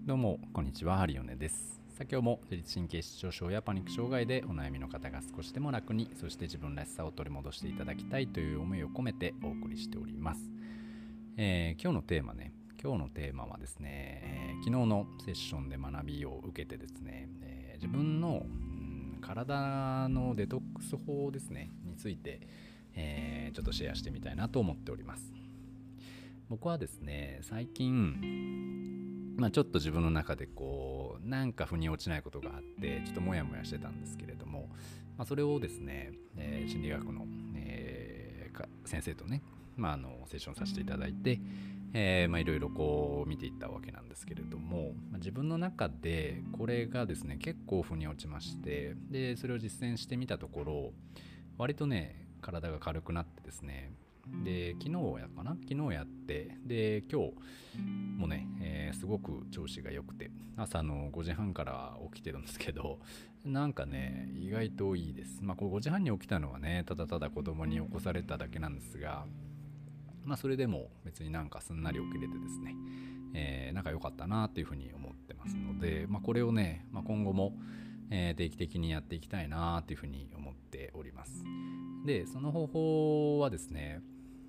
どうもこんにちは、ハリオネです。今日も自律神経失調症やパニック障害でお悩みの方が少しでも楽に、そして自分らしさを取り戻していただきたいという思いを込めてお送りしております。今日のテーマはですね、昨日のセッションで学びを受けてですね、自分の体のデトックス法ですねについて、ちょっとシェアしてみたいなと思っております。僕はですね、最近ちょっと自分の中でなんか腑に落ちないことがあってちょっとモヤモヤしてたんですけれども、それをですね、心理学の、先生とね、セッションさせていただいて、いろいろ見ていったわけなんですけれども、自分の中でこれがですね結構腑に落ちまして、でそれを実践してみたところ割とね体が軽くなってですね、で昨日やって、で今日もね、すごく調子が良くて、朝の5時半から起きてるんですけど、なんかね意外といいです。こう5時半に起きたのはねただただ子供に起こされただけなんですが、それでも別になんかすんなり起きれてですね、なんか良かったなっていうふうに思ってますので、これをね、今後も、定期的にやっていきたいなっていうふうに思っております。でその方法はですね、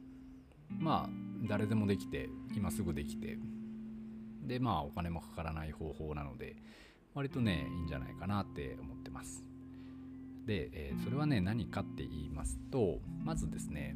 誰でもできて今すぐできて、でお金もかからない方法なので割とねいいんじゃないかなって思ってます。で、それはね何かって言いますと、まずですね、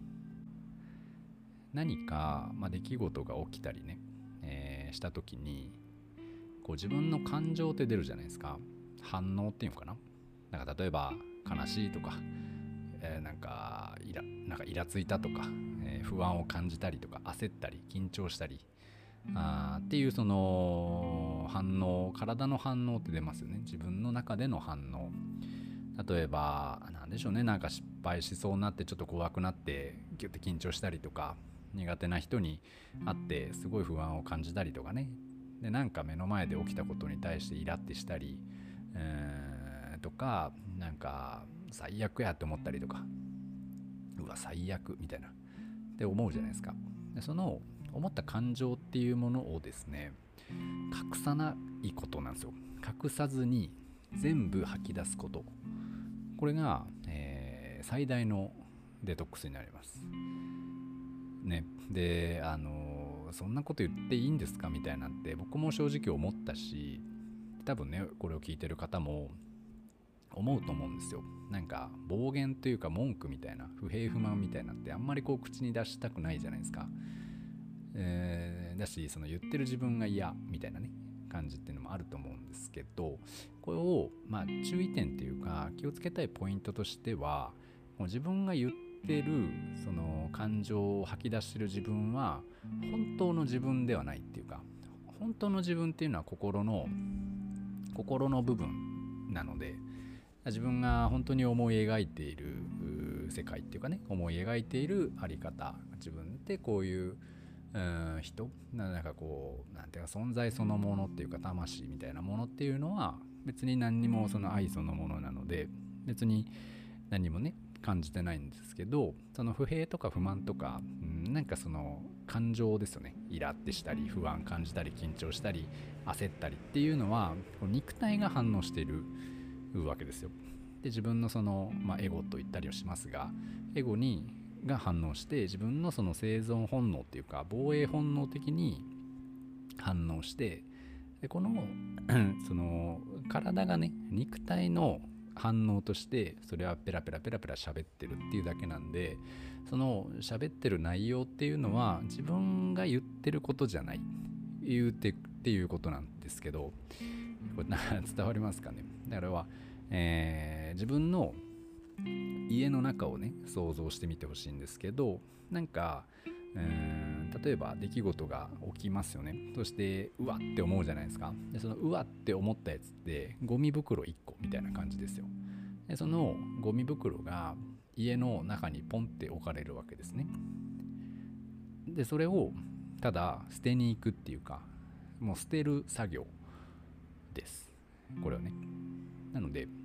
何か、出来事が起きたりね、した時に自分の感情って出るじゃないですか。反応っていうのかな。なんか例えば悲しいとか、なんかイラついたとか、不安を感じたりとか焦ったり緊張したりっていうその反応、体の反応って出ますよね。自分の中での反応。例えばなんでしょうね、なんか失敗しそうになってちょっと怖くなってギュッて緊張したりとか、苦手な人に会ってすごい不安を感じたりとかね。でなんか目の前で起きたことに対してイラッてしたり、とか、なんか最悪やって思ったりとか、うわ最悪みたいなって思うじゃないですか。でその思った感情っていうものをですね隠さないことなんですよ。隠さずに全部吐き出すこと、これが、最大のデトックスになりますね。でそんなこと言っていいんですかみたいなんて僕も正直思ったし、多分ねこれを聞いてる方も思うと思うんですよ。なんか暴言というか文句みたいな、不平不満みたいなってあんまり口に出したくないじゃないですか。だしその言ってる自分が嫌みたいなね感じっていうのもあると思うんですけど、これを注意点というか気をつけたいポイントとしては、もう自分が言ってるその感情を吐き出してる自分は本当の自分ではないっていうか、本当の自分っていうのは心の部分なので、自分が本当に思い描いている世界っていうかね、思い描いているあり方、自分ってこういう人なんかなんていうか存在そのものっていうか魂みたいなものっていうのは別に何にもその愛そのものなので、別に何もね感じてないんですけど、その不平とか不満とか、なんかその感情ですよね。イラってしたり不安感じたり緊張したり焦ったりっていうのは肉体が反応しているわけですよ。で自分のその、エゴと言ったりはしますが、エゴが反応して自分のその生存本能っていうか防衛本能的に反応して、でこのその体がね肉体の反応としてそれはペラペラペラペラ喋ってるっていうだけなんで、その喋ってる内容っていうのは自分が言ってることじゃない言うてっていうことなんですけど、これ伝わりますかね。だからは、自分の家の中をね想像してみてほしいんですけど、なんか例えば出来事が起きますよね。そしてうわって思うじゃないですか。でそのうわって思ったやつってゴミ袋1個みたいな感じですよ。でそのゴミ袋が家の中にポンって置かれるわけですね。でそれをただ捨てに行くっていうか、もう捨てる作業です、これはね。なので、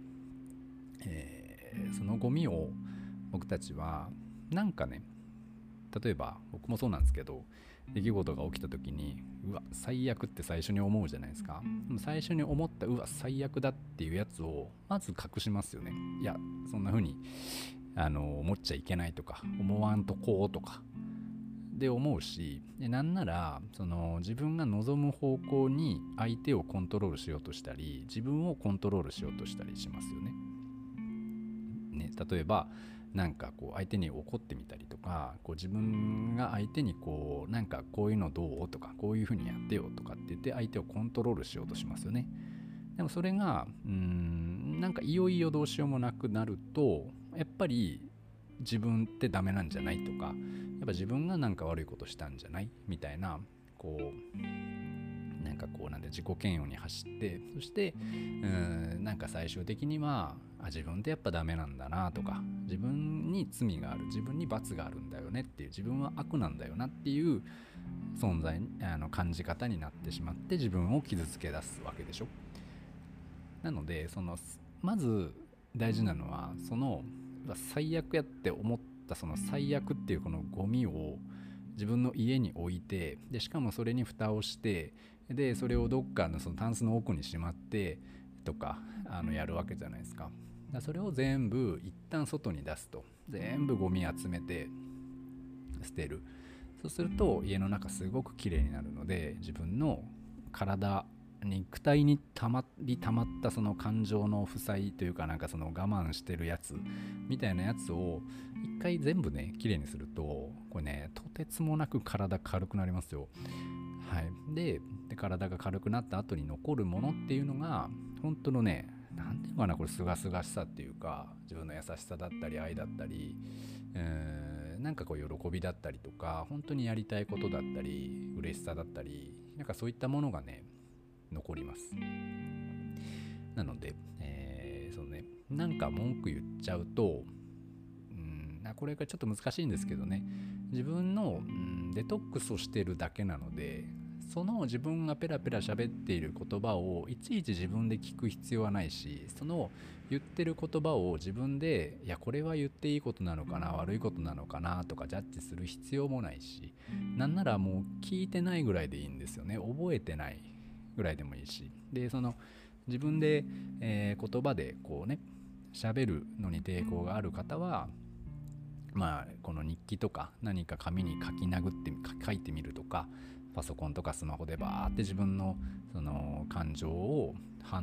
そのゴミを僕たちはなんかね、例えば僕もそうなんですけど、 出来事が起きた時にうわ最悪って最初に思うじゃないですか。でも最初に思ったうわ最悪だっていうやつをまず隠しますよね。いやそんな風に思っちゃいけないとか思わんとこうとかで思うし、なんならその自分が望む方向に相手をコントロールしようとしたり自分をコントロールしようとしたりしますよね。例えばなんかこう相手に怒ってみたりとか、こう自分が相手にこうなんかこういうのどうとかこういう風にやってよとかって言って相手をコントロールしようとしますよね。でもそれがなんかいよいよどうしようもなくなるとやっぱり自分ってダメなんじゃないとか、やっぱ自分がなんか悪いことしたんじゃないみたいな、こうなんかこうなんで自己嫌悪に走って、そしてなんか最終的には自分ってやっぱダメなんだなとか、自分に罪がある、自分に罰があるんだよねっていう、自分は悪なんだよなっていう存在感じ方になってしまって自分を傷つけ出すわけでしょ。なのでまず大事なのはその最悪やって思ったその最悪っていうこのゴミを自分の家に置いて、でしかもそれに蓋をして、でそれをどっかのそのタンスの奥にしまってとかやるわけじゃないですか。それを全部一旦外に出すと、全部ゴミ集めて捨てる。そうすると家の中すごく綺麗になるので、自分の体肉体にたまったその感情の負債というか、なんかその我慢してるやつみたいなやつを一回全部ね綺麗にすると、これねとてつもなく体軽くなりますよ。はい、で体が軽くなった後に残るものっていうのが本当のね、なんていうかな、これすがすがしさっていうか、自分の優しさだったり愛だったり、なんかこう喜びだったりとか、本当にやりたいことだったり嬉しさだったり、なんかそういったものがね残ります。なので、そうね、なんか文句言っちゃうと、これがちょっと難しいんですけどね、自分の、デトックスをしてるだけなので、その自分がペラペラ喋っている言葉をいちいち自分で聞く必要はないし、その言ってる言葉を自分でいやこれは言っていいことなのかな悪いことなのかなとかジャッジする必要もないし、なんならもう聞いてないぐらいでいいんですよね。覚えてないぐらいでもいいし、でその自分で、言葉でこうね喋るのに抵抗がある方は、この日記とか何か紙に書いてみるとか、パソコンとかスマホでバーって自分のその感情を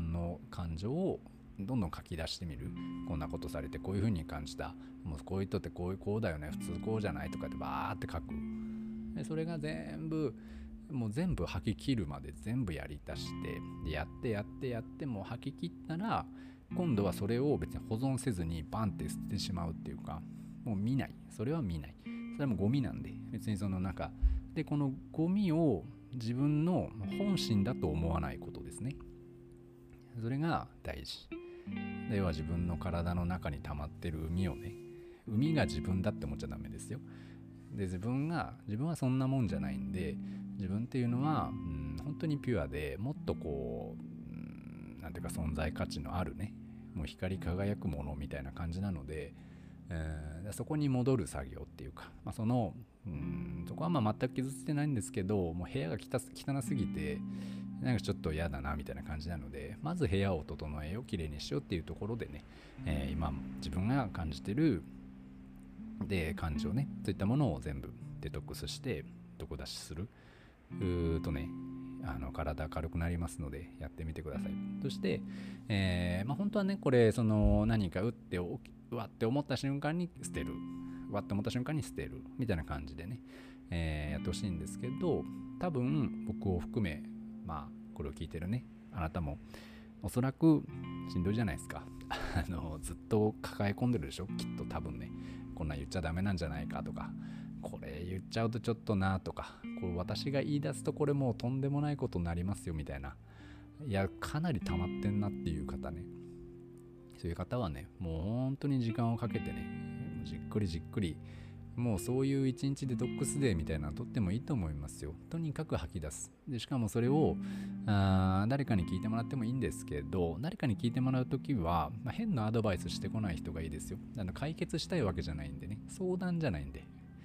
どんどん書き出してみる。こんなことされてこういう風に感じた、もうこういう人ってこうだよね、普通こうじゃないとかってバーって書く。でそれが全部吐き切るまで全部やり足して、でやってもう吐き切ったら、今度はそれを別に保存せずにバンって捨ててしまうっていうか、もう見ない。それは見ない。それはもうゴミなんで、別にその中でこのゴミを自分の本心だと思わないことですね。それが大事。では自分の体の中に溜まってる海をね、海が自分だって思っちゃダメですよ。で自分はそんなもんじゃないんで、自分っていうのは、本当にピュアで、もっとこう、なんていうか存在価値のあるね、もう光り輝くものみたいな感じなので、そこに戻る作業っていうか、そこは全く傷ついてないんですけど、もう部屋が汚すぎてなんかちょっと嫌だなみたいな感じなので、まず部屋を整えよう、きれいにしようっていうところでね、今自分が感じてる感情ね、そういったものを全部デトックスして毒出しするとね、体軽くなりますのでやってみてください。そして、本当はねこれ何かうわって思った瞬間に捨てる、うわって思った瞬間に捨てるみたいな感じでね、やってほしいんですけど、多分僕を含めこれを聞いてるねあなたもおそらくしんどいじゃないですかずっと抱え込んでるでしょ、きっと。多分ね、こんなん言っちゃダメなんじゃないかとか、これ言っちゃうとちょっとなとか、これ私が言い出すとこれもうとんでもないことになりますよみたいな、いやかなり溜まってんなっていう方ね、そういう方はね、もう本当に時間をかけてね、じっくりもうそういう一日デトックスデーみたいなのとってもいいと思いますよ。とにかく吐き出す。でしかもそれを誰かに聞いてもらってもいいんですけど、誰かに聞いてもらうときは、変なアドバイスしてこない人がいいですよ。解決したいわけじゃないんでね、相談じゃないんで、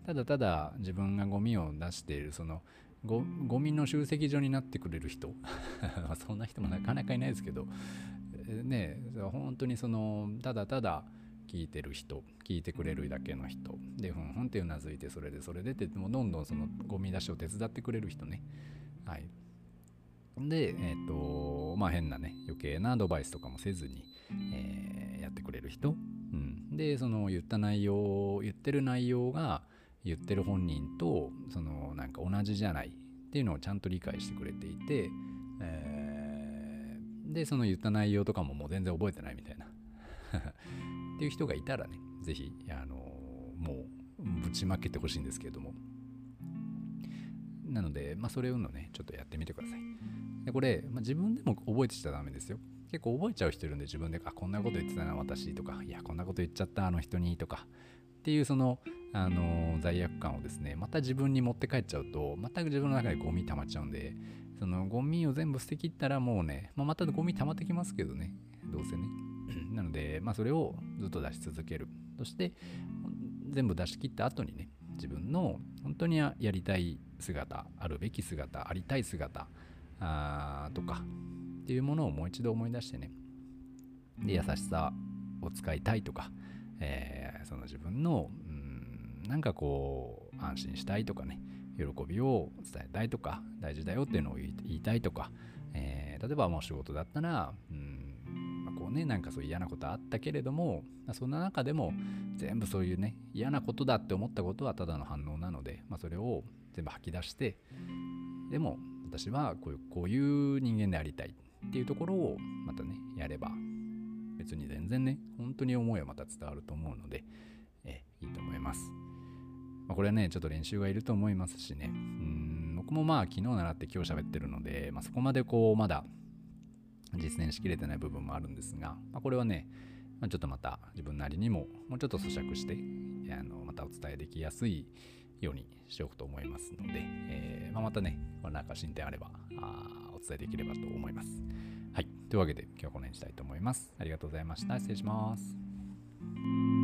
ただただ自分がゴミを出しているそのゴミの集積所になってくれる人そんな人もなかなかいないですけどね、本当にそのただただ聞いてる人、聞いてくれるだけの人で、ふんふんってうなずいて、それでってもうどんどんそのゴミ出しを手伝ってくれる人ね。はい。で、まあ変なね、余計なアドバイスとかもせずに、やってくれる人。うん。で、その言ってる内容が言ってる本人とそのなんか同じじゃないっていうのをちゃんと理解してくれていて、でその言った内容とかももう全然覚えてないみたいなっていう人がいたらね、ぜひもうぶちまけてほしいんですけれども、なので、それをねちょっとやってみてください。でこれ、自分でも覚えてちゃダメですよ。結構覚えちゃう人いるんで、自分でこんなこと言ってたな私とか、いやこんなこと言っちゃったあの人にとかっていうその罪悪感をですね、また自分に持って帰っちゃうと、また自分の中でゴミ溜まっちゃうんで、そのゴミを全部捨てきったらもうね、またゴミ溜まってきますけどね、どうせね。なので、それをずっと出し続ける。そして全部出し切った後にね、自分の本当にやりたい姿、あるべき姿、ありたい姿とかっていうものをもう一度思い出してね、で優しさを使いたいとか、その自分のなんかこう安心したいとかね、喜びを伝えたいとか、大事だよっていうのを言いたいとか、例えばもう仕事だったらこうね、なんかそういう嫌なことあったけれども、そんな中でも全部そういうね、嫌なことだって思ったことはただの反応なので、それを全部吐き出して、でも私はこういう人間でありたいっていうところをまたねやれば、別に全然ね、本当に思いはまた伝わると思うので、いいと思います。これはねちょっと練習がいると思いますしね、僕も昨日習って今日喋ってるので、そこまでこうまだ実践しきれてない部分もあるんですが、これはね、ちょっとまた自分なりにももうちょっと咀嚼してまたお伝えできやすいようにしておくと思いますので、またねなんか進展あればお伝えできればと思います。はい、というわけで今日はこの辺にしたいと思います。ありがとうございました。失礼します。